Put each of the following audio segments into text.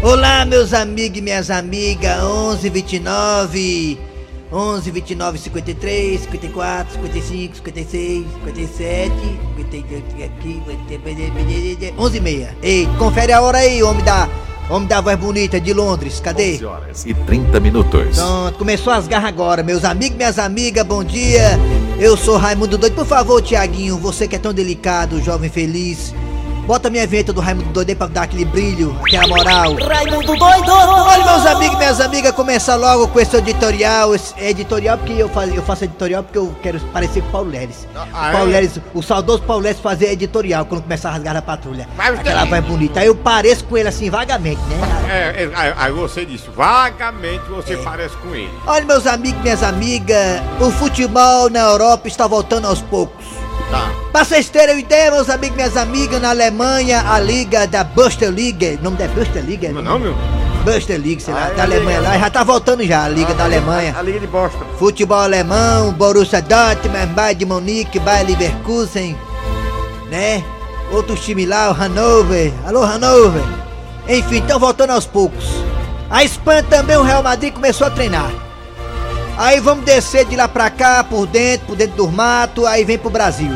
Olá, meus amigos e minhas amigas, 11 29 53 54 55 56 57 11 e meia. Ei, confere a hora aí, homem da voz bonita de Londres, cadê? 11h30. Pronto, começou as garras agora, meus amigos e minhas amigas, bom dia. Eu sou Raimundo Doido, por favor, Tiaguinho, você que é tão delicado, jovem feliz, bota minha vinheta do Raimundo Doido aí pra dar aquele brilho, aquela moral. Raimundo Doido! Olha, meus amigos e minhas amigas, começar logo com esse editorial. Editorial porque eu faço editorial porque eu quero parecer com o Paulo Leles. Paulo Leles, o saudoso Paulo Leles fazia editorial quando começar a rasgar a patrulha. Aquela voz bonita. Aí eu pareço com ele assim, vagamente, né? Aí você disse, vagamente você parece com ele. Olha, meus amigos e minhas amigas, o futebol na Europa está voltando aos poucos. Tá. Pra vocês terem uma ideia, meus amigos e minhas amigas, na Alemanha, a liga da Bundesliga, o nome da Bundesliga? Não, meu? Bundesliga, sei lá, da Alemanha lá, já tá voltando já, a liga da Alemanha. A liga de bosta. Futebol alemão, Borussia Dortmund, Bayern de Munique, Bayer Leverkusen, né? Outros times lá, o Hannover, alô Hannover. Enfim, estão voltando aos poucos. A Espanha também, o Real Madrid começou a treinar. Aí vamos descer de lá pra cá, por dentro do mato, aí vem pro Brasil.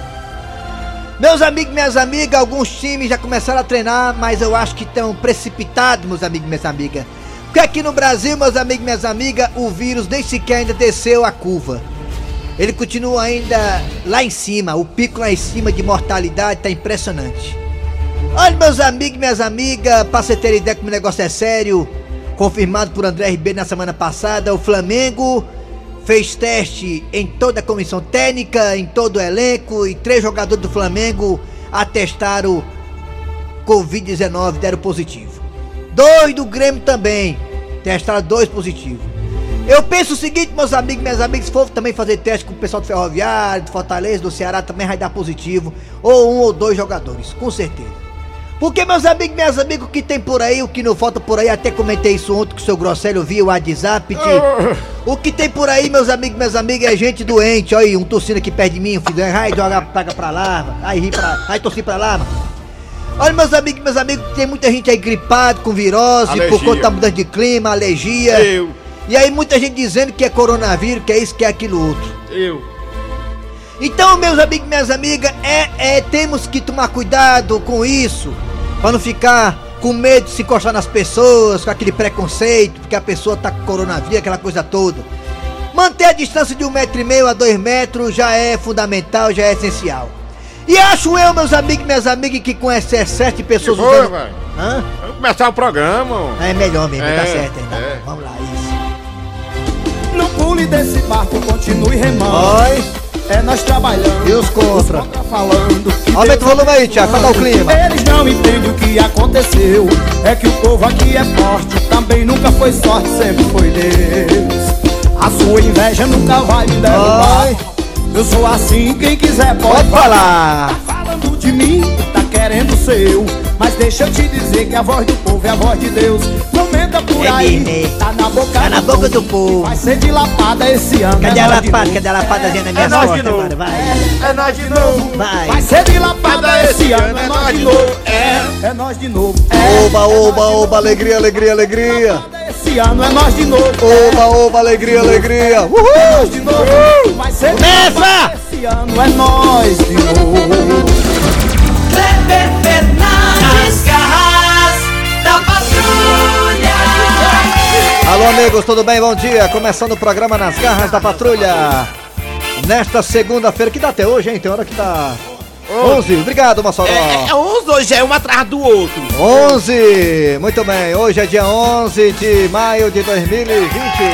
Meus amigos e minhas amigas, alguns times já começaram a treinar, mas eu acho que estão precipitados, meus amigos e minhas amigas. Porque aqui no Brasil, meus amigos e minhas amigas, o vírus nem sequer ainda desceu a curva. Ele continua ainda lá em cima, o pico lá em cima de mortalidade tá impressionante. Olha, meus amigos e minhas amigas, pra você ter ideia como o negócio é sério, confirmado por André Ribeiro na semana passada, o Flamengo fez teste em toda a comissão técnica, em todo o elenco, e 3 jogadores do Flamengo atestaram Covid-19, deram positivo. 2 do Grêmio também testaram 2 positivos. Eu penso o seguinte, meus amigos e minhas amigas, se for também fazer teste com o pessoal do Ferroviário, do Fortaleza, do Ceará, também vai dar positivo, ou 1 ou 2 jogadores, com certeza. Porque, meus amigos e minhas amigas, o que tem por aí, o que não falta por aí, até comentei isso ontem com o seu Grosselio via o WhatsApp, o que tem por aí, meus amigos e minhas amigas, é gente doente. Olha aí, um tossindo aqui perto de mim, um filho, ai, joga praga pra lá, aí tossi pra lá, mano. Olha, meus amigos e meus amigos, tem muita gente aí gripada, com virose, alergia, por conta da mudança de clima, alergia. E aí muita gente dizendo que é coronavírus, que é isso, que é aquilo outro. Então, meus amigos e minhas amigas, temos que tomar cuidado com isso, pra não ficar com medo de se encostar nas pessoas, com aquele preconceito, porque a pessoa tá com coronavírus, aquela coisa toda. Manter a distância de 1,5 metro a 2 metros já é fundamental, já é essencial. E acho eu, meus amigos e minhas amigas, que com esse excesso de pessoas usando... Vamos começar o programa. É melhor mesmo, tá certo ainda. Vamos lá, isso. Não pule desse barco, continue remando. Oi. É nós trabalhando. E os contra? Falando. Aumenta o volume aí, Thiago, pra dar o clima. Eles não entendem o que aconteceu. É que o povo aqui é forte. Também nunca foi sorte, sempre foi Deus. A sua inveja nunca vai me derrubar. Eu sou assim, quem quiser pode falar. Tá falando de mim, tá querendo ser eu. Mas deixa eu te dizer que a voz do povo é a voz de Deus. Não menta por aí, tá na boca do povo. Vai ser de lapada esse ano. Cadê a lapada? Cadê a lapadazinha na minha costas agora? Vai. É nós de novo. Vai ser de lapada esse ano. É nós de novo. É nós de novo. Oba, oba, oba, alegria, alegria, alegria. Esse ano é nós de novo. Oba, oba, alegria, alegria. Uhul. É nós de novo. Vai ser de lapada esse ano. É nós de novo. Kleber Fernandes, garras da patrulha. Alô, amigos, tudo bem? Bom dia. Começando o programa Nas Garras da Patrulha. Nesta segunda-feira, que dá até hoje, hein? Tem hora que dá 11. Obrigado, Mossoró. 11, hoje é um atrás do outro. 11. Muito bem. Hoje é dia 11 de maio de 2020.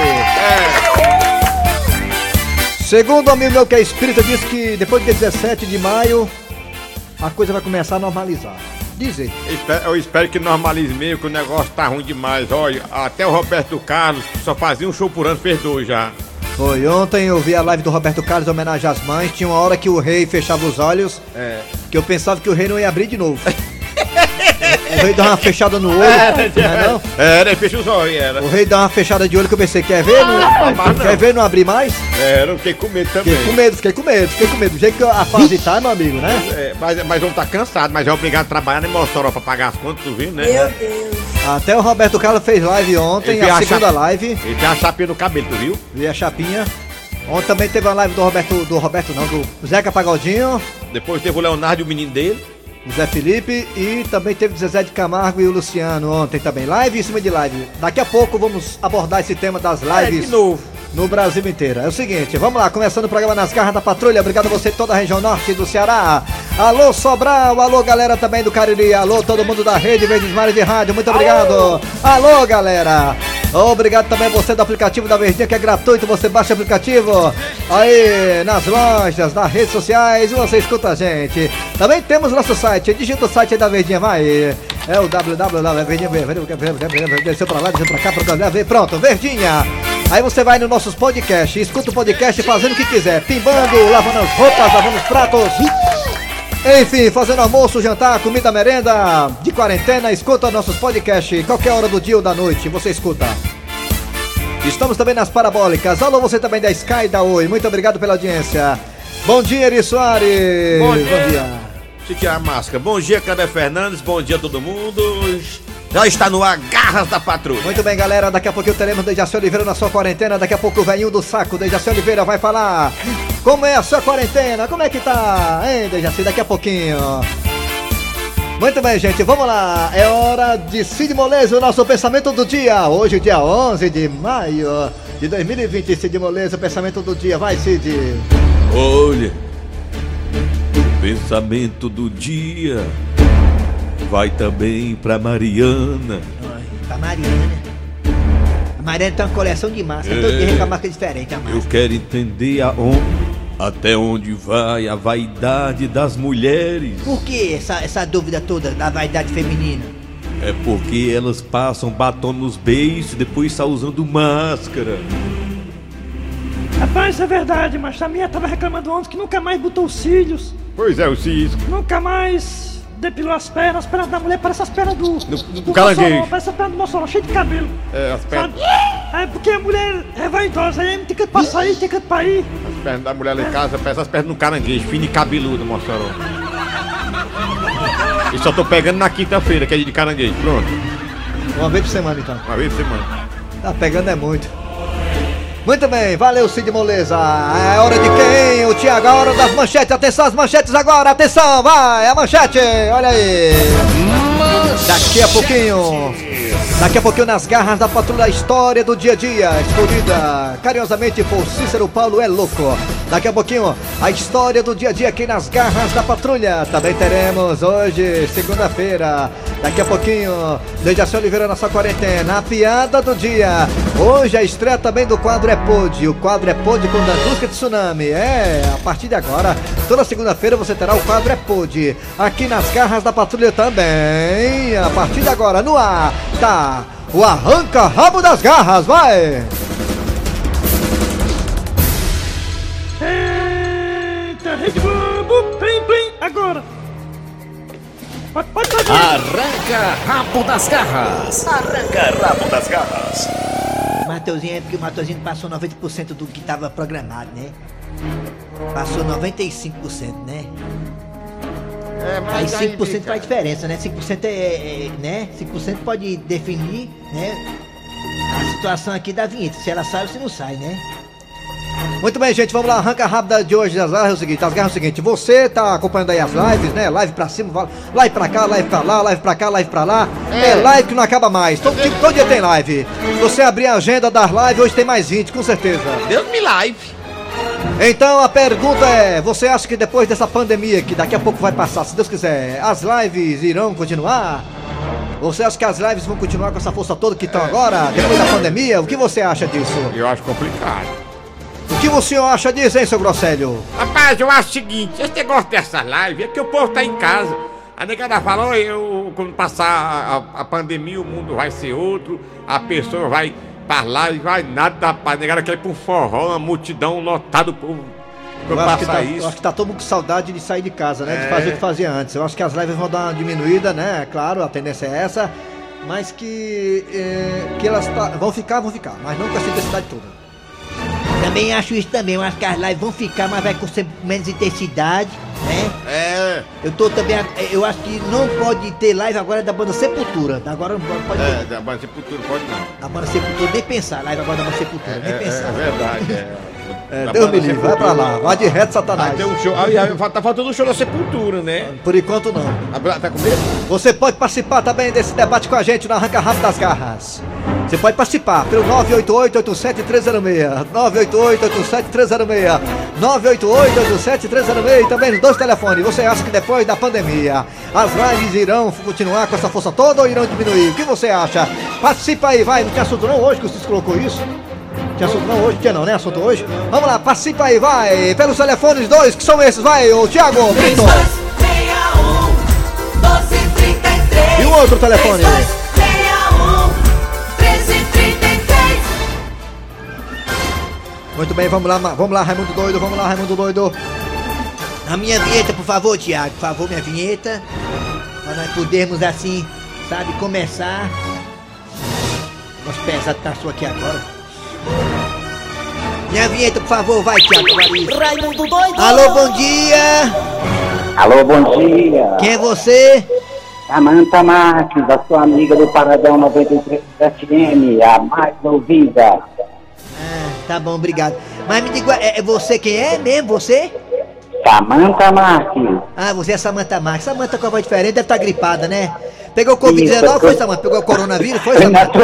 Segundo um amigo meu que é espírita, disse que depois do dia 17 de maio a coisa vai começar a normalizar. Dizer. Eu espero que normalize mesmo, que o negócio tá ruim demais. Olha, até o Roberto Carlos, que só fazia um show por ano, fez 2 já. Foi, ontem eu vi a live do Roberto Carlos em homenagem às mães. Tinha uma hora que o rei fechava os olhos, que eu pensava que o rei não ia abrir de novo. O rei dá uma fechada no olho, não? Era, fecha os olhos, era. O rei dá uma fechada de olho que eu pensei, quer ver? Quer ver não abrir mais? Era, eu fiquei com medo também. Fiquei com medo. Do jeito que a fase tá, meu amigo, né? Mas vamos estar cansados, mas é obrigado a trabalhar em Mossoró pra pagar as contas, tu viu, né? Meu Deus. Até o Roberto Carlos fez live ontem, Ele tem a a segunda chapa- live. Ele tem a chapinha no cabelo, tu viu? Vi a chapinha. Ontem também teve uma live do Zeca Pagodinho, Depois teve o Leonardo e o menino dele. o Zé Felipe e também teve o Zezé de Camargo e o Luciano ontem também. Live em cima de live. Daqui a pouco vamos abordar esse tema das lives de novo. no Brasil inteiro. É o seguinte, vamos lá, começando o programa Nas Garras da Patrulha. Obrigado a você de toda a região norte do Ceará. Alô Sobral, alô galera também do Cariri, alô todo mundo da Rede Verdes Mares de Rádio, muito obrigado. Alô galera. Obrigado também a você do aplicativo da Verdinha, que é gratuito, você baixa o aplicativo aí nas lojas, nas redes sociais e você escuta a gente. Também temos nosso site, digita o site aí da Verdinha, vai. É o www.verdinha, desceu pra lá, desceu pra cá, pronto, Verdinha. Aí você vai nos nossos podcasts, escuta o podcast fazendo o que quiser, pimbando, lavando as roupas, lavando os pratos. Enfim, fazendo almoço, jantar, comida, merenda, de quarentena, escuta nossos podcasts, qualquer hora do dia ou da noite, você escuta. Estamos também nas parabólicas, alô você também da Sky e da Oi, muito obrigado pela audiência. Bom dia, Eri Soares. Bom dia. Deixa eu tirar a máscara. Bom dia, Cadê Fernandes, bom dia a todo mundo. Já está no ar, Garras da Patrulha. Muito bem, galera, daqui a pouquinho teremos Dejaci Oliveira na sua quarentena, daqui a pouco o velhinho do saco, Dejaci Oliveira vai falar como é a sua quarentena, como é que tá, hein, Dejaci, daqui a pouquinho. Muito bem, gente, vamos lá, é hora de Cid Moleza, o nosso pensamento do dia, hoje dia 11 de maio de 2020, Cid Moleza, o pensamento do dia, vai Cid. Olha, o pensamento do dia vai também pra Mariana. Pra Mariana. A Mariana tem uma coleção de máscaras, todo dia com a máscara diferente. Eu quero entender até onde vai a vaidade das mulheres. Por que essa dúvida toda da vaidade feminina? É porque elas passam batom nos beiços e depois estão usando máscara. Rapaz, isso é verdade, mas a minha tava reclamando ontem que nunca mais botou os cílios, Pois é, o cisco. nunca mais depilou as pernas da mulher parece as pernas do caranguejo. Mossoró, parece as pernas do Mossoró, cheio de cabelo. É, as pernas, Sabe? É porque a mulher é vaidosa, aí tem canto pra sair, tem canto pra ir. as pernas da mulher lá em casa, parece as pernas no caranguejo, fino e cabeludo, Mossoró. E só tô pegando na quinta-feira, que é dia de caranguejo, pronto. Uma vez por semana então. Uma vez por semana. Tá pegando é muito. Muito bem, valeu Cid Moleza. É hora de quem? O Thiago, a hora das manchetes. Atenção às manchetes agora, atenção, vai, a manchete, olha aí. Daqui a pouquinho nas garras da patrulha, a história do dia a dia, escolhida carinhosamente por Cícero Paulo é louco. Daqui a pouquinho, a história do dia a dia aqui nas garras da patrulha. Também teremos hoje, segunda-feira. Daqui a pouquinho, Dejaci Oliveira na sua quarentena, a piada do dia. Hoje a estreia também do quadro É Pod. O quadro É Pod com Dandusca Tsunami. É, a partir de agora, toda segunda-feira você terá o quadro É Pod. Aqui nas garras da patrulha também. A partir de agora, no ar, tá o arranca-rabo das garras, vai! Eita, Rede Globo, plim, plim, agora. Pode fazer. Arranca rabo das garras. Arranca rabo das garras. Mateuzinho é porque o Mateuzinho passou 90% do que estava programado, né? Passou 95%, né? Aí 5% faz diferença, né? 5% né? 5% pode definir, né? A situação aqui da vinheta, se ela sai ou se não sai, né? Muito bem, gente, vamos lá, arranca rápida de hoje das garras é o seguinte, as garras é o seguinte, você tá acompanhando aí as lives, né? Live pra cima, live pra cá, live pra lá, live pra cá, live pra lá. É live que não acaba mais, todo dia tem live. Se você abrir a agenda das lives, hoje tem mais 20, com certeza. Deus me live. Então a pergunta é, você acha que depois dessa pandemia, que daqui a pouco vai passar, se Deus quiser, as lives irão continuar? Você acha que as lives vão continuar com essa força toda que estão agora, depois da pandemia? O que você acha disso? Eu acho complicado. O que o senhor acha disso, hein, seu Grosselho? Rapaz, eu acho o seguinte, esse negócio dessa live é que o povo tá em casa. A negada falou, quando passar a pandemia, o mundo vai ser outro, a pessoa vai pra lá e vai nada, a negada quer ir pra um forró, uma multidão lotada, o povo pra passar isso. Eu acho que tá todo mundo com saudade de sair de casa, né? De fazer o que fazia antes. Eu acho que as lives vão dar uma diminuída, né? Claro, a tendência é essa. Mas que elas vão ficar, mas não com essa intensidade toda. Também acho isso também, eu acho que as lives vão ficar, mas vai com sempre menos intensidade, né? É. Eu tô também, eu acho que não pode ter live agora da banda Sepultura. Agora não pode ter. Da banda Sepultura pode não. A banda Sepultura, nem pensar, live agora da banda Sepultura, nem pensar. É verdade, Da Deus banda me livre, vai pra Sepultura. lá, vai de reto, Satanás. Vai ter um show. Tá faltando um show da Sepultura, né? Por enquanto não. Tá com medo? Você pode participar também desse debate com a gente no Arranca Rabo das Garras. Você pode participar pelo 988-87306, 988-87306, 988-87306 e também nos dois telefones. Você acha que depois da pandemia as lives irão continuar com essa força toda ou irão diminuir? O que você acha? Participa aí, vai. Não tinha assunto não hoje que você colocou isso? Tinha assunto não hoje? Tinha não, né? Assunto hoje? Vamos lá, participa aí, vai. Pelos telefones dois, que são esses, vai, ô Thiago. 3261-1233. E o outro telefone? 3261-1333. Muito bem, vamos lá, Raimundo Doido, vamos lá, Raimundo Doido. A minha vinheta, por favor, Thiago, por favor, minha vinheta. Pra nós podermos, assim, sabe, começar. Nossa, pesado tá sua aqui agora. Minha vinheta, por favor, vai, Thiago. Raimundo Doido. Alô, bom dia. Alô, bom dia. Quem é você? Samanta Marques, a sua amiga do Paradão 93 FM, a mais ouvida. Ah, tá bom, obrigado. Mas me diga, é você quem é mesmo, você? Samanta Marques. Ah, você é Samanta Marques. Samanta com a voz diferente, deve estar gripada, né? Pegou o Covid-19, foi, Samanta? Pegou o coronavírus, foi, Samanta?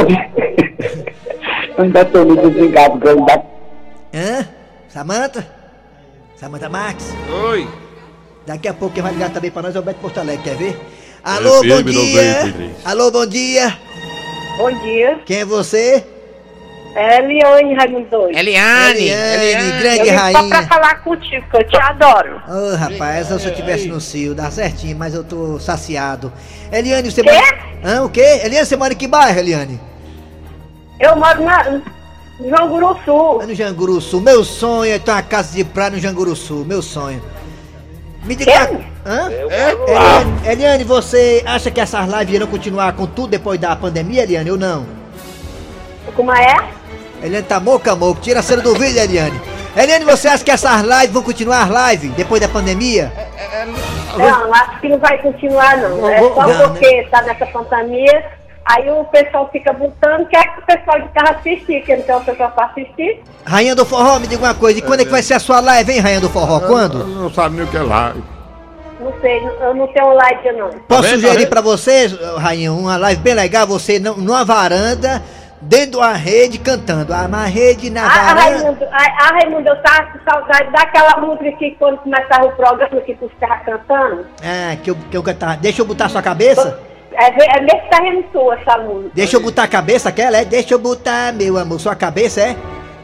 Eu ainda tô no desligado, que eu ainda... Hã? Samanta? Samanta Marques? Oi. Daqui a pouco quem vai ligar também pra nós é o Beto Porto Alegre, quer ver? Alô, bom FM dia! 93. Alô, bom dia! Bom dia. Quem é você? É Eliane, Raimundo Doido. Eliane, grande Eu vim só pra rainha. falar contigo, que eu te adoro. Ô, rapaz, se eu estivesse no cio, dá certinho, mas eu tô saciado. Eliane, você Quê? mora... Hã, o quê? Eliane, você mora em que bairro, Eliane? Eu moro no João Guruçu. É no Janguru Sul. Meu sonho é ter uma casa de praia no Janguru Sul, meu sonho. Me diga... Quê? Hã? Eliane, você acha que essas lives irão continuar com tudo depois da pandemia, Eliane, ou não? Como é? Eliane tá moca, tira a cera do vídeo, Eliane. Eliane, você acha que essas lives vão continuar as lives depois da pandemia? Não, acho que não vai continuar, não. É só não, porque tá nessa pandemia, aí o pessoal fica botando, quer que o pessoal de casa assistir, que não tem o pessoal pra assistir. Rainha do Forró, me diga uma coisa, e quando é que vai ser a sua live, hein, Rainha do Forró? Quando? Não sabe nem o que é live. Não sei, eu não tenho live, não. Posso vendo, sugerir vendo? pra vocês, Rainha, uma live bem legal, você numa varanda, dentro de uma rede, cantando. Uma rede na varanda. Raimundo, eu tava com saudade daquela música que quando começava o programa que tu ficava cantando. Ah, que eu cantava. Deixa eu botar a sua cabeça? É nesse terreno sua essa música. Deixa eu botar a cabeça, aquela é? Deixa eu botar, meu amor, sua cabeça é?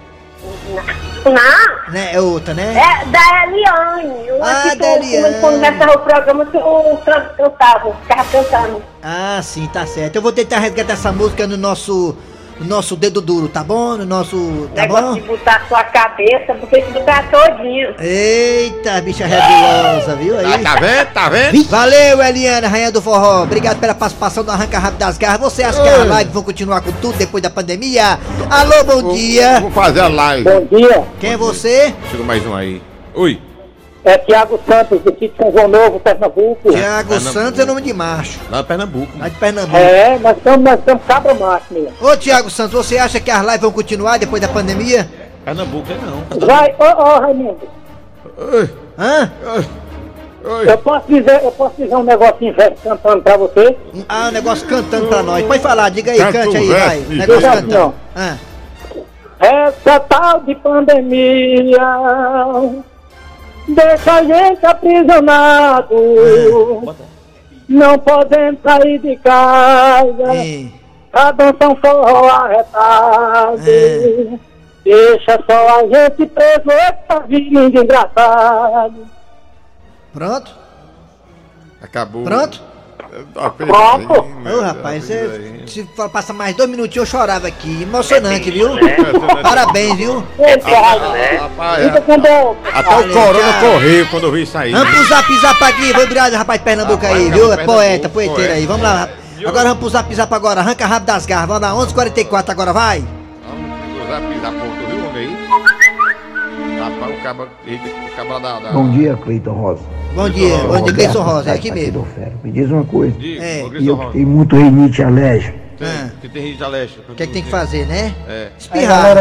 Não, Né? É outra, né? é da Eliane. Da Eliane. Quando começava o programa, tu cantava, ficava cantando. Ah, sim, tá certo. Eu vou tentar resgatar essa música no nosso dedo duro, tá bom? No nosso. Tá Negócio bom? de botar a sua cabeça, porque se botar todinho. Eita, bicha regulosa, viu aí? Tá vendo? Tá vendo? Valeu, Eliana, Rainha do Forró. Obrigado pela participação do Arranca Rápido das Garras. Você acha que as lives vão continuar com tudo depois da pandemia? Alô, bom dia. Vou fazer a live. Bom dia, Quem é você? Chegou mais um aí. Oi. é Tiago Santos, do sítio São João Novo, Pernambuco. Tiago Pernambuco. Santos é nome de macho. Lá em Pernambuco. Lá de Pernambuco. É, nós estamos cabra macho mesmo. Ô, Tiago Santos, você acha que as lives vão continuar depois da pandemia? Pernambuco é não. Vai, Raimundo, Oi. Hã? Oi. eu posso dizer um negocinho velho cantando pra você? Ah, um negócio cantando pra nós. Pode falar, diga aí, Canta cante um aí, verso, vai. isso. Negócio Não. cantando. Ah. Essa tal de pandemia deixa a gente aprisionado. Não podemos sair de casa Ei. pra dançar um forró arretado. Deixa só a gente preso, essa vida engraçado. Pronto? Acabou. Pronto? Pronto. Ô, rapaz, você, se passar mais 2 minutinhos eu chorava aqui. Emocionante, viu? Parabéns, viu? Rapaz, Fica com Deus. até o corona correu quando eu vi isso aí. Vamos pro zap aqui, vou virar rapaz de Pernambuco aí, viu? É poeta, poeteiro aí. Vamos lá. Agora vamos pro zap agora. Arranca rápido das garras. Vamos lá, 11h44 agora, vai. Vamos pisar ponto, viu, homem aí? Rapaz, o acaba da... Bom dia, Cleiton Rosa. Bom dia, Cleiton Rosa, é aqui mesmo. Me diz uma coisa. Eu tenho muito rinite alérgico. Você tem rinite alérgica. O que é que tem que fazer, né? Espirrar.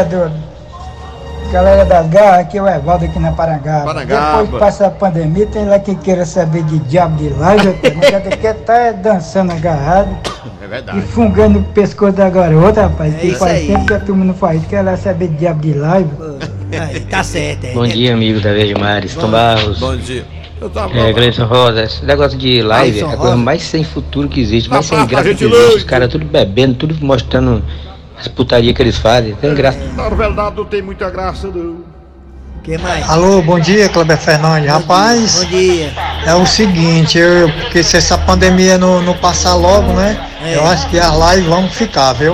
Galera das garras, aqui é o Evaldo aqui na Parangaba. Depois que passa a pandemia, tem lá quem queira saber de diabo de live, quer tá dançando agarrado. É verdade. E fungando o pescoço da garota, rapaz. Que faz tempo que a turma não faz, quer lá saber de diabo de live. Aí, tá certo, Bom dia, amigo da Verde Mares, Tom Barros. Bom dia. Gleison Rosa, esse negócio de live é a coisa mais sem futuro que existe, mais sem graça que existe. Os caras tudo bebendo, tudo mostrando as putarias que eles fazem, tem graça. Na verdade não tem muita graça não. Que mais? Alô, bom dia, Kleber Fernandes. Rapaz, bom dia. É o seguinte, porque se essa pandemia não passar logo, né? Eu acho que as lives vão ficar, viu?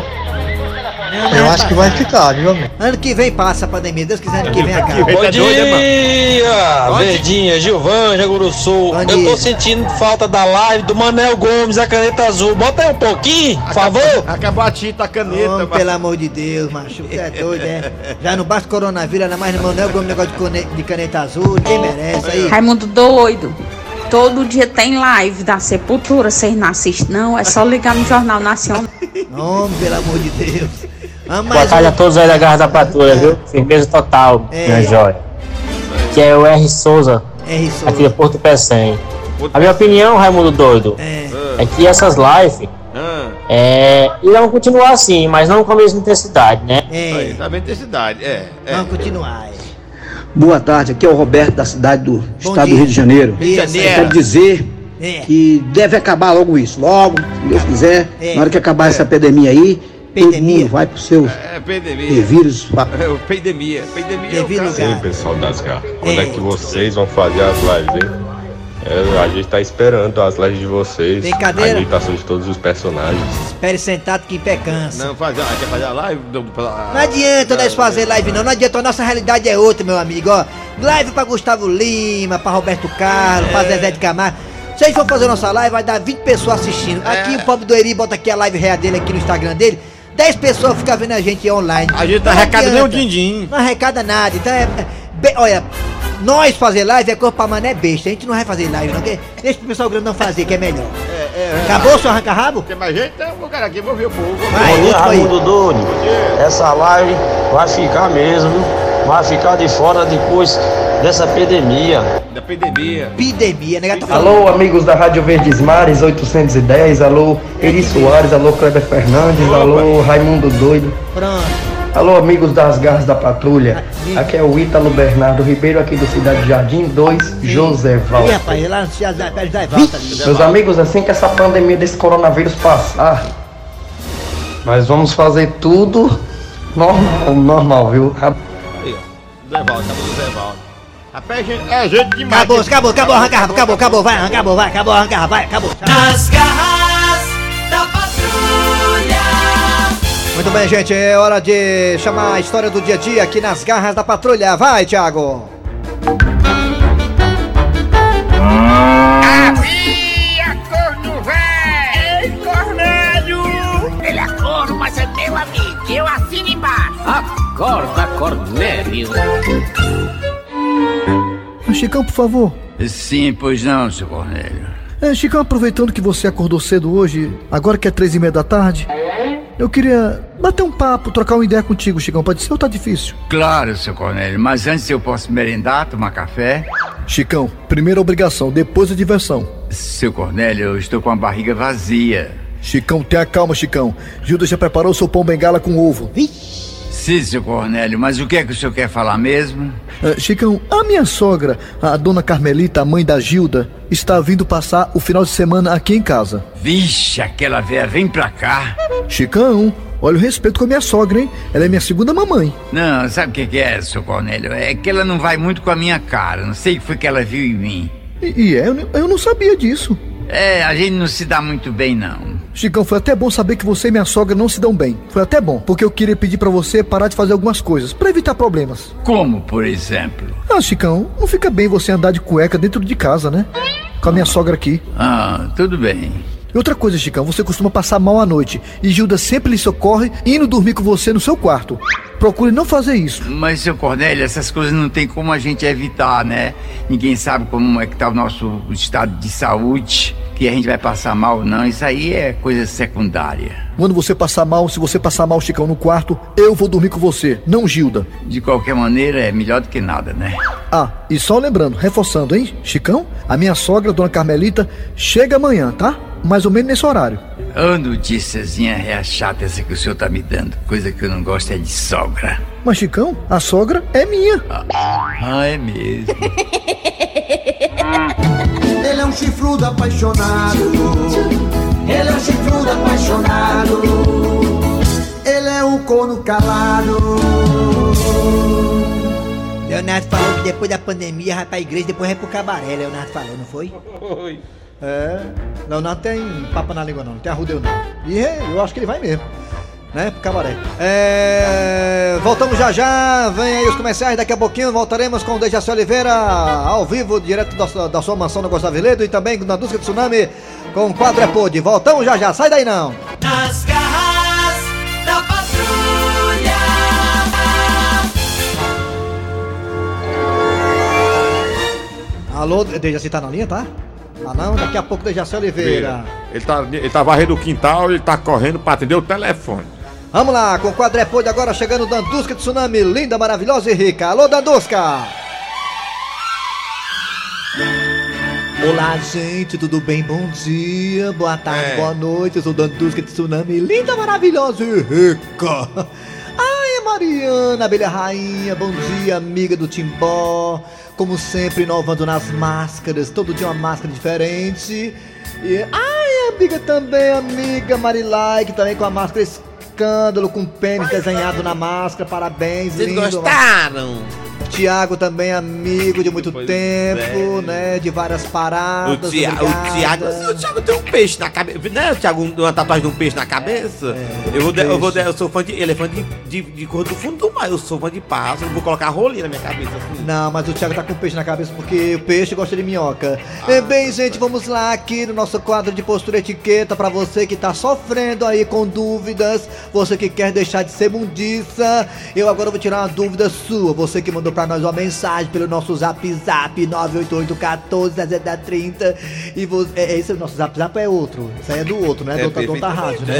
Eu acho que vai ficar, viu, amigo? Ano que vem passa a pandemia, Deus quiser, ano que vem acaba. Bom dia, Verdinha, Gilvan, Jaguru Sul. Eu tô sentindo falta da live do Manel Gomes, a caneta azul. Bota aí um pouquinho, por favor. Acabou a tinta, a caneta. Pelo amor de Deus, macho, você é doido, é? Já não basta coronavírus, ainda mais no Manel Gomes, negócio de caneta azul, ninguém merece aí. Raimundo doido. Todo dia tem live da Sepultura, vocês não assistem não, é só ligar no Jornal Nacional. Não, pelo amor de Deus. Boa tarde a todos aí da Garra da Patrulha, viu? Firmeza total, minha joia. Que é o R. Souza, aqui de Porto Pecém. A minha opinião, Raimundo doido, é que essas lives irão continuar assim, mas não com a mesma intensidade, né? A mesma intensidade, Vamos continuar. Boa tarde, aqui é o Roberto da cidade do estado do Rio de Janeiro. Quero dizer que deve acabar logo isso, logo, se Deus quiser, na hora que acabar essa epidemia aí, todo mundo vai pro seu vírus. Pandemia. Sim, pessoal das garras. Quando é que vocês vão fazer as lives, hein? A gente tá esperando as lives de vocês. Brincadeira. A imitação de todos os personagens. Espere sentado que em pé cansa. Não, quer fazer a live? Não adianta nós fazer live não adianta, a nossa realidade é outra, meu amigo, ó. Live pra Gustavo Lima, pra Roberto Carlos, pra Zezé de Camargo. Se a gente for fazer nossa live, vai dar 20 pessoas assistindo. Aqui o pobre do Eri bota aqui a live real dele aqui no Instagram dele. 10 pessoas ficam vendo a gente online. A gente não arrecada nem um din-din. Não arrecada nada, então olha, nós fazer live é coisa pra mané besta. A gente não vai fazer live não, porque deixa o pessoal grande não fazer, que é melhor. Acabou, seu arranca-rabo? Tem mais gente? Então o cara aqui, vou ver o povo. Bom dia, Raimundo doido. Essa live vai ficar mesmo, vai ficar de fora depois dessa epidemia. Da epidemia. Né? Alô, amigos da Rádio Verdes Mares 810, alô, Eri Soares, alô, Kleber Fernandes, alô, Raimundo doido. Pronto. Alô, amigos das Garras da Patrulha. Aqui é o Ítalo Bernardo Ribeiro, aqui do Cidade Jardim 2, José Val. Rapaz, lá no Cidade Valta. Meus amigos, assim que essa pandemia desse coronavírus passar, nós vamos fazer tudo normal, viu? Zé Val. Rapaz, é gente demais. Acabou, arranca-rabo, acabou, vai, arranca-rabo, vai, acabou. Nas Garras da Patrulha. Muito bem, gente, é hora de chamar a história do dia a dia aqui nas Garras da Patrulha. Vai, Thiago! Havia corno velho! Ei, Cornélio! Ele é corno, mas é meu amigo, eu assino embaixo. Acorda, Cornélio! Chicão, por favor. Sim, pois não, seu Cornélio. Chicão, aproveitando que você acordou cedo hoje, agora que é 3:30 da tarde, eu queria bater um papo, trocar uma ideia contigo, Chicão. Pode ser ou tá difícil? Claro, seu Cornélio, mas antes eu posso merendar, tomar café? Chicão, primeiro a obrigação, depois a diversão. Seu Cornélio, eu estou com a barriga vazia. Chicão, tenha calma, Chicão. Gilda já preparou seu pão bengala com ovo. Sim, seu Cornélio, mas o que é que o senhor quer falar mesmo? Chicão, a minha sogra, a dona Carmelita, a mãe da Gilda, está vindo passar o final de semana aqui em casa. Vixe, aquela véia vem pra cá. Chicão, olha o respeito com a minha sogra, hein? Ela é minha segunda mamãe. Não, sabe o que é, seu Cornélio? É que ela não vai muito com a minha cara. Não sei o que foi que ela viu em mim. Eu não sabia disso. A gente não se dá muito bem, não. Chicão, foi até bom saber que você e minha sogra não se dão bem. Foi até bom, porque eu queria pedir pra você parar de fazer algumas coisas, pra evitar problemas. Como, por exemplo? Chicão, não fica bem você andar de cueca dentro de casa, né? Com a minha sogra aqui. Tudo bem. E outra coisa, Chicão, você costuma passar mal à noite, e Gilda sempre lhe socorre indo dormir com você no seu quarto. procure não fazer isso. Mas, seu Cornélio, essas coisas não tem como a gente evitar, né? Ninguém sabe como é que tá o nosso estado de saúde, que a gente vai passar mal ou não. Isso aí é coisa secundária. Quando você passar mal, se você passar mal, Chicão, no quarto, eu vou dormir com você, não Gilda. De qualquer maneira, é melhor do que nada, né? Ah, e só lembrando, reforçando, hein, Chicão? A minha sogra, Dona Carmelita, chega amanhã, tá? Mais ou menos nesse horário. Ô, noticiazinha é chata essa que o senhor tá me dando. Coisa que eu não gosto é de sogra. Mas, Chicão, a sogra é minha. É mesmo. Ele é um chifrudo apaixonado. Ele é um chifrudo apaixonado. Ele é um corno calado. Leonardo falou que depois da pandemia vai pra igreja, depois vai pro cabaré. Leonardo falou, não foi? Foi. Leonardo tem papa na língua não tem arrudeu não. E eu acho que ele vai mesmo, né, pro cabaré. Voltamos já, vem aí os comerciais, daqui a pouquinho voltaremos com o Dejaci Oliveira ao vivo, direto da sua mansão no Costa Veledo e também na Dusca Tsunami com o quadro É Pod. Voltamos já, sai daí não. Nas garras da patrulha. Alô, Dejaci tá na linha, tá? Ah não, daqui a pouco Dejaci Oliveira. Ele tá varrendo o quintal, ele tá correndo pra atender o telefone. Vamos lá, com o quadro É Pod agora chegando Dandusca Tsunami, linda, maravilhosa e rica. Alô, Dandusca! Olá, gente, tudo bem? Bom dia, boa tarde, boa noite. Eu sou Dandusca Tsunami, linda, maravilhosa e rica. Ai, Mariana, abelha rainha, bom dia, amiga do Timbó. Como sempre, inovando nas máscaras, todo dia uma máscara diferente. E, ai, amiga também, amiga Marilike, também com a máscara Escândalo, com pênis desenhado na máscara, parabéns, vocês lindo. Gostaram? Tiago também, amigo de muito tempo, né? De várias paradas. O Tiago tem um peixe na cabeça, né? O Tiago, uma tatuagem de um peixe na cabeça. Eu sou fã de elefante de cor do fundo do mar. Eu sou fã de pássaro, eu vou colocar rolinha na minha cabeça assim. Não, mas o Tiago tá com peixe na cabeça porque o peixe gosta de minhoca. Bem, gente, vamos lá aqui no nosso quadro de postura etiqueta pra você que tá sofrendo aí com dúvidas, você que quer deixar de ser mundiça. Eu agora vou tirar uma dúvida sua, você que mandou pra nós uma mensagem pelo nosso zap 988-14-30 e você, esse é o nosso zap é outro, isso aí é do outro, né? Do outra rádio, né?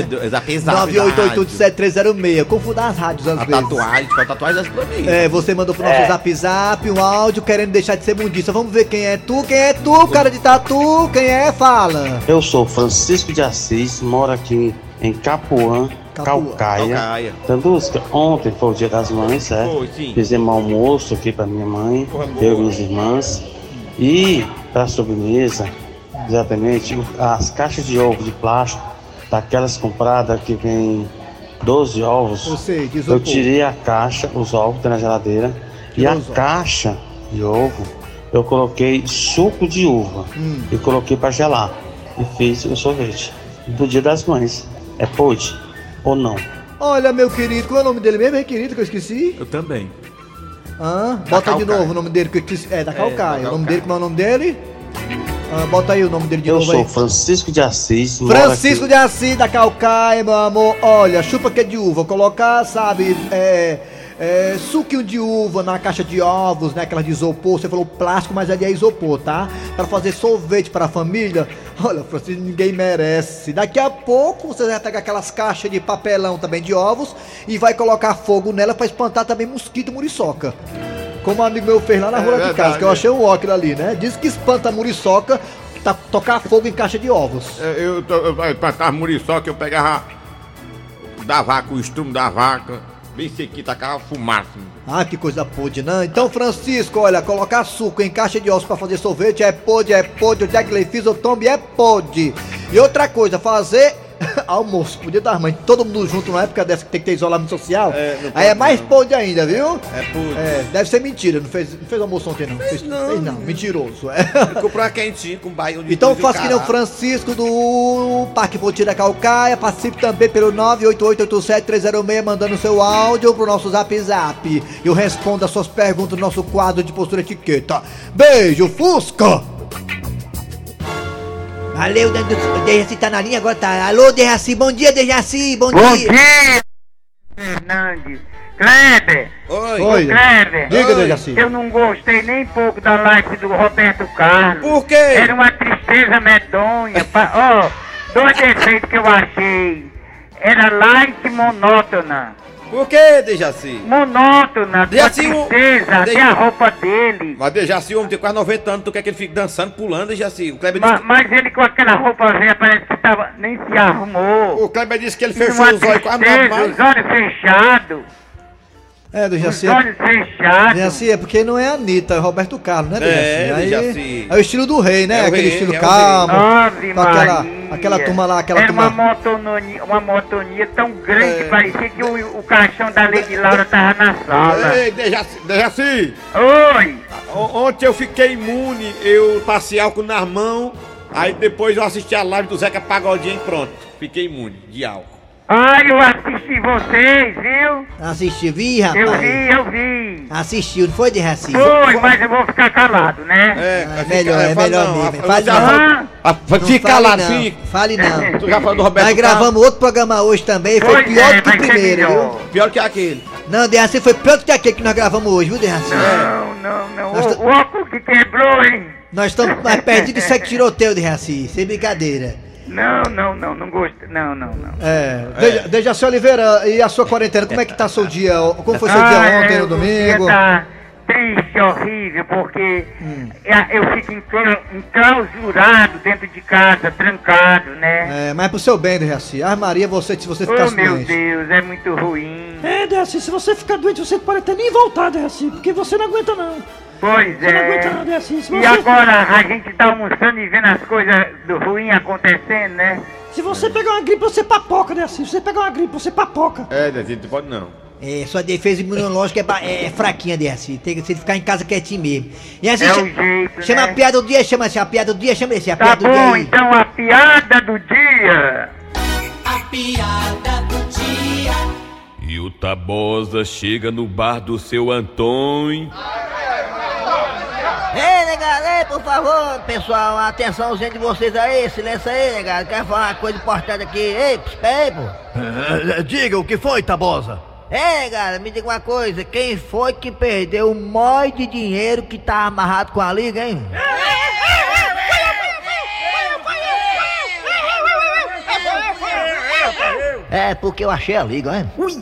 988-7306, confundar as rádios às vezes. Tatuagem pra mim. Você mandou pro nosso zap um áudio querendo deixar de ser mundiça. Vamos ver quem é tu, cara de tatu, quem é? Fala. Eu sou Francisco de Assis, moro aqui em Capuã, Calcaia. Dandusca, ontem foi o dia das mães, certo? Fizemos almoço aqui pra minha mãe, eu e minhas irmãs. E pra sobremesa, exatamente, as caixas de ovo de plástico, daquelas compradas que vem 12 ovos. Eu tirei a caixa, os ovos tá na geladeira. E a caixa de ovo, eu coloquei suco de uva e coloquei pra gelar. E fiz o sorvete do dia das mães. É pode? Ou não? Olha, meu querido, qual é o nome dele mesmo, querido, que eu esqueci? Eu também. Bota de novo o nome dele, que eu esqueci. Da Calcaia. O nome dele, como é o nome dele? Bota aí o nome dele de novo aí. Eu sou Francisco de Assis. Francisco de Assis, da Calcaia, meu amor. Olha, chupa que é de uva. Colocar, sabe, suquinho de uva na caixa de ovos, né? Aquela de isopor. Você falou plástico, mas ali é isopor, tá? Para fazer sorvete para a família. Olha, Francisco, ninguém merece. Daqui a pouco você vai pegar aquelas caixas de papelão também de ovos e vai colocar fogo nela para espantar também mosquito e muriçoca. Como um amigo meu fez lá na rua de casa, que eu achei um óculos ali, né? Diz que espanta a muriçoca, tocar fogo em caixa de ovos. Eu espantava muriçoca, eu pegava da vaca, o estrumo da vaca, bem sequinho, tacava fumaça. Ah, que coisa podre, né? Então, Francisco, olha, colocar suco em caixa de ovos pra fazer sorvete é podre, o Jack Leifis, o Tombi é podre. E outra coisa, fazer almoço, podia dar mãe, todo mundo junto na época dessa que tem que ter isolamento social. Aí é mais podre ainda, viu? É podre. Deve ser mentira, não fez almoço ontem não. Fez não, mentiroso. Comprou uma quentinha com baião de então faça que nem o Francisco do Parque Potira Calcaia, participe também pelo 98887-306, mandando seu áudio pro nosso zap. Eu respondo as suas perguntas no nosso quadro de postura etiqueta. Beijo, Fusca! Valeu, Dejaci tá na linha, agora tá. Alô, Dejaci, bom dia, Dejaci, bom dia. Bom dia, Fernandes. Kleber! Oi. Kleber! Diga, Dejaci. Eu não gostei nem pouco da live do Roberto Carlos. Por quê? Era uma tristeza medonha. Ó, dois defeitos que eu achei. Era light monótona. Por que, Dejaci? Monótona, Dejaci, tristeza, até a roupa dele. Mas Dejaci, o homem tem quase 90 anos, tu quer que ele fique dançando, pulando, Dejaci? O Kleber Mas ele com aquela roupa velha parece que nem se arrumou. O Kleber disse que ele fechou os olhos quase normal. Os olhos fechados. Dejaci. Os olhos fechados. Dejaci, é porque não é a Anitta, é Roberto Carlos, né, Dejaci? Dejaci. É o estilo do rei, né? É aquele rei, estilo é calmo. Ave Aquela turma lá, aquela Era turma. uma monotonia tão grande que parecia que o caixão da Lady Laura tava na sala. Ei, Dejaci! Oi! Ontem eu fiquei imune, eu passei álcool nas mãos, aí depois eu assisti a live do Zeca Pagodinho e pronto, fiquei imune de álcool. Eu assisti vocês, viu? Assisti, vi, rapaz? Eu vi. Assistiu, não foi, Dejaci? Foi, mas eu vou ficar calado, né? Melhor mesmo. Fica calado, fica. Fale não. Tu já falou do Roberto Nós gravamos outro programa hoje também, foi pior do que o primeiro, viu? Pior que aquele. Não, Dejaci, foi pior do que aquele que nós gravamos hoje, viu, Dejaci? Não. O óculos que quebrou, hein? Nós estamos mais perdidos de sexo tiroteio, Dejaci, sem brincadeira. Não gosto. Não. Dejaci Oliveira, e a sua quarentena, como é que tá seu dia? Como foi seu dia ontem, no domingo? O dia tá triste, horrível, porque eu fico enclausurado dentro de casa, trancado, né? Mas pro seu bem, Dejaci. Maria, se você ficasse doente. Meu Deus, é muito ruim. Dejaci, se você ficar doente, você pode até nem voltar, Dejaci, porque você não aguenta não. Pois você não aguenta não, Dejaci. E agora a gente tá almoçando e vendo as coisas do ruim acontecendo, né? Se você pegar uma gripe, você papoca, Dejaci. Se você pegar uma gripe, você papoca. Dejaci, tu pode não. Sua defesa imunológica é fraquinha, Dejaci. Tem que ficar em casa quietinho mesmo. E assim, o jeito, chama né? A piada do dia, chama assim, a piada do dia, chama esse, a tá piada do dia. Tá bom, então a piada do dia. A piada do dia. E o Tabosa chega no bar do seu Antônio. Ei, negada, por favor, pessoal, atençãozinha de vocês aí, silêncio aí, negada, quero falar uma coisa importante aqui. Ei, espera aí, pô. Diga, o que foi, Tabosa? Negada, me diga uma coisa, quem foi que perdeu o mói de dinheiro que tá amarrado com a liga, hein? Porque eu achei a liga, hein? Ui!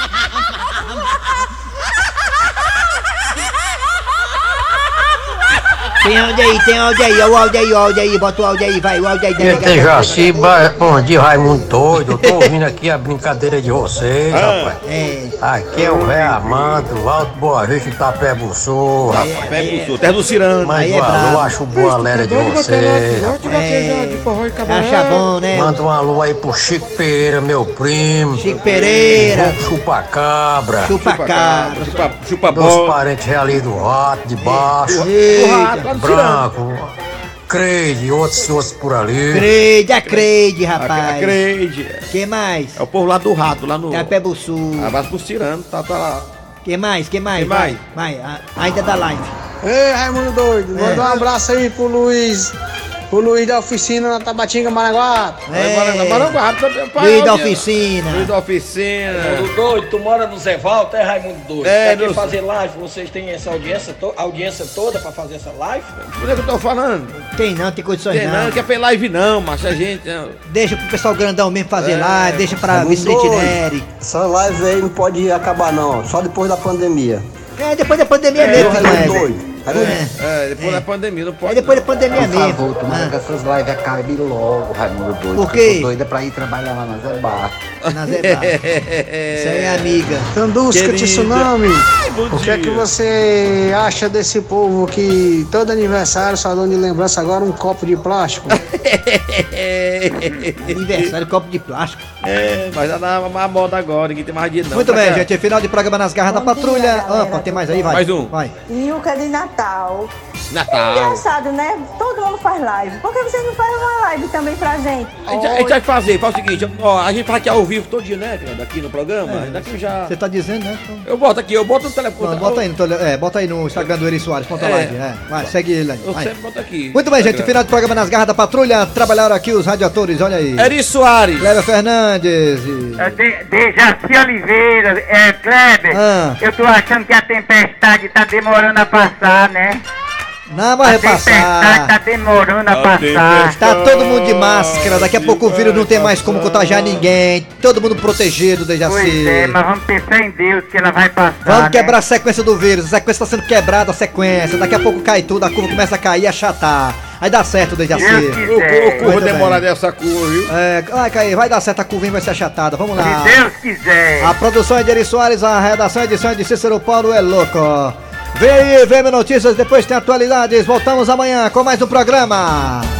Tem áudio aí, o áudio aí, bota o áudio aí, vai, o áudio aí. Dejaci, bom dia, Raimundo doido, eu tô ouvindo aqui a brincadeira de vocês, rapaz. Aqui é o Ré Armando, Alto Boa Vista, Itapé-Buçu, rapaz. Itapé-Buçu, terra do Cirano. Manda um alô, acho boa lera de vocês, Acha bom, né? Manda um alô aí pro Chico Pereira, meu primo. Chico Pereira. Chupa-cabra. Chupa Dos parentes ali do rato, de baixo. Branco, Creide e outros por ali. Creide, rapaz. A Creide. Que mais? É o povo lá do rato, lá no... Itapé-Buçu. Vai pro Cirano, tá lá. Que mais? Vai, ainda da live. Ei, Raimundo doido, manda um abraço aí pro Luiz da oficina na Tabatinga, Maranguá. Luiz da oficina. Raimundo doido, tu mora no Zé Valdo, Raimundo doido? Quer fazer live, vocês têm essa audiência toda pra fazer essa live? Por que eu tô falando? Tem condições não. Não quer fazer live não, mas a gente... Não. Deixa pro pessoal grandão mesmo fazer live, deixa pra Vicente Neri. Essa live aí não pode acabar não, só depois da pandemia. Depois da pandemia mesmo, doido. Depois da pandemia não pode. Depois da pandemia mesmo. Por favor, tomara que essas lives acabem logo, Raimundo doido. Por quê? Eu tô doida pra ir trabalhar lá na Zé Bar. Na Zé Bar. Isso aí é amiga. Tandusca Tsunami, o que é que você acha desse povo que todo aniversário só dão de lembrança agora um copo de plástico? Aniversário, copo de plástico. Mas dá uma moda agora, ninguém tem mais dinheiro não. Muito bem, gente, final de programa nas garras da patrulha. Tem mais aí, vai. Mais um. Vai. Nilca de Natal. Natal. É engraçado, né? Todo mundo faz live. Por que vocês não fazem uma live também pra gente? A gente vai fazer, faz o seguinte, ó, a gente faz aqui ao vivo todo dia, né, aqui no programa. Daqui já. Você tá dizendo, né? Eu boto aqui, eu boto no telefone. Não, bota aí no Instagram do Eri Soares, ponta live. Vai, segue ele aí. Eu sempre boto aqui. Muito bem, gente, final do programa nas garras da patrulha. Trabalharam aqui os radiatores, olha aí. Eri Soares. Kleber Fernandes. Dejaci Oliveira, Kleber, eu tô achando que a tempestade tá demorando a passar, né? Não vai repassar. A tempestade tá demorando a passar. Tá todo mundo de máscara, daqui a pouco o vírus não tem mais como contagiar ninguém. Todo mundo protegido, Dejaci. Pois é, mas vamos pensar em Deus que ela vai passar. Vamos quebrar a sequência do vírus. A sequência tá sendo quebrada, a sequência. Daqui a pouco cai tudo, a curva começa a cair e achatar. Aí dá certo, Dejaci. Eu vou demorar dessa curva, viu? Vai cair, vai dar certo, a curvinha vai ser achatada. Vamos lá. Se Deus quiser. A produção é de Eri Soares, a redação e edição é de Cícero Paulo é louco. Vem aí, VM Notícias, depois tem atualidades. Voltamos amanhã com mais um programa.